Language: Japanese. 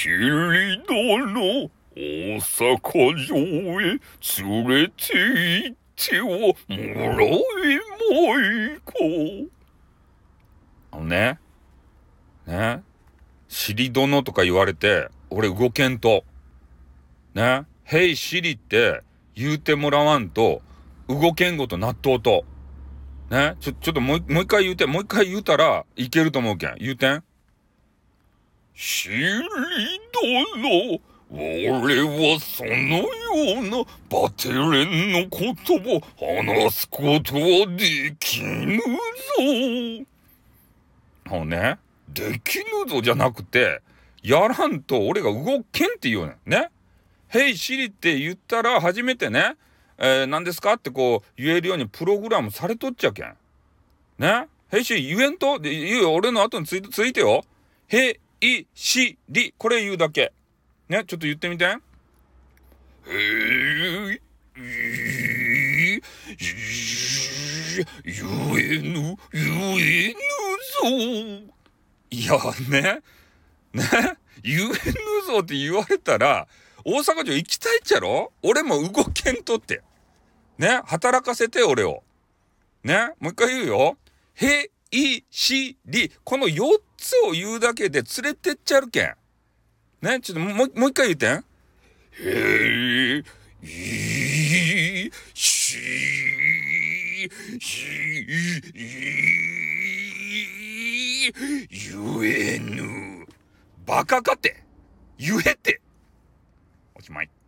シリ殿、大阪城へ連れて行ってはもらいまいか。シリ殿とか言われて、俺動けんと。ヘイシリって言うてもらわんと、動けんごと納豆と。ちょっともう一回言うて、もう一回言うたらいけると思うけん。言うてん。シリ殿、俺はそのようなバテレンの言葉話すことはできぬぞ。できぬぞじゃなくて、やらんと俺が動けんって言うねん。ヘイシリって言ったら初めてね、何ですかってこう言えるようにプログラムされとっちゃけん。ヘイシリ言えんとで言うよ。俺の後についてよ。ヘイシリ。これ言うだけ。ちょっと言ってみてん。へい、言えぬぞ。いや言えぬぞって言われたら、大阪城行きたいっちゃろ。俺も動けんとって。働かせて俺を。もう一回言うよ。へいしり。この4つを言うだけで連れてっちゃるけん。ちょっともう一回言ってん。へいし言えぬ。バカかって。言えって。おしまい。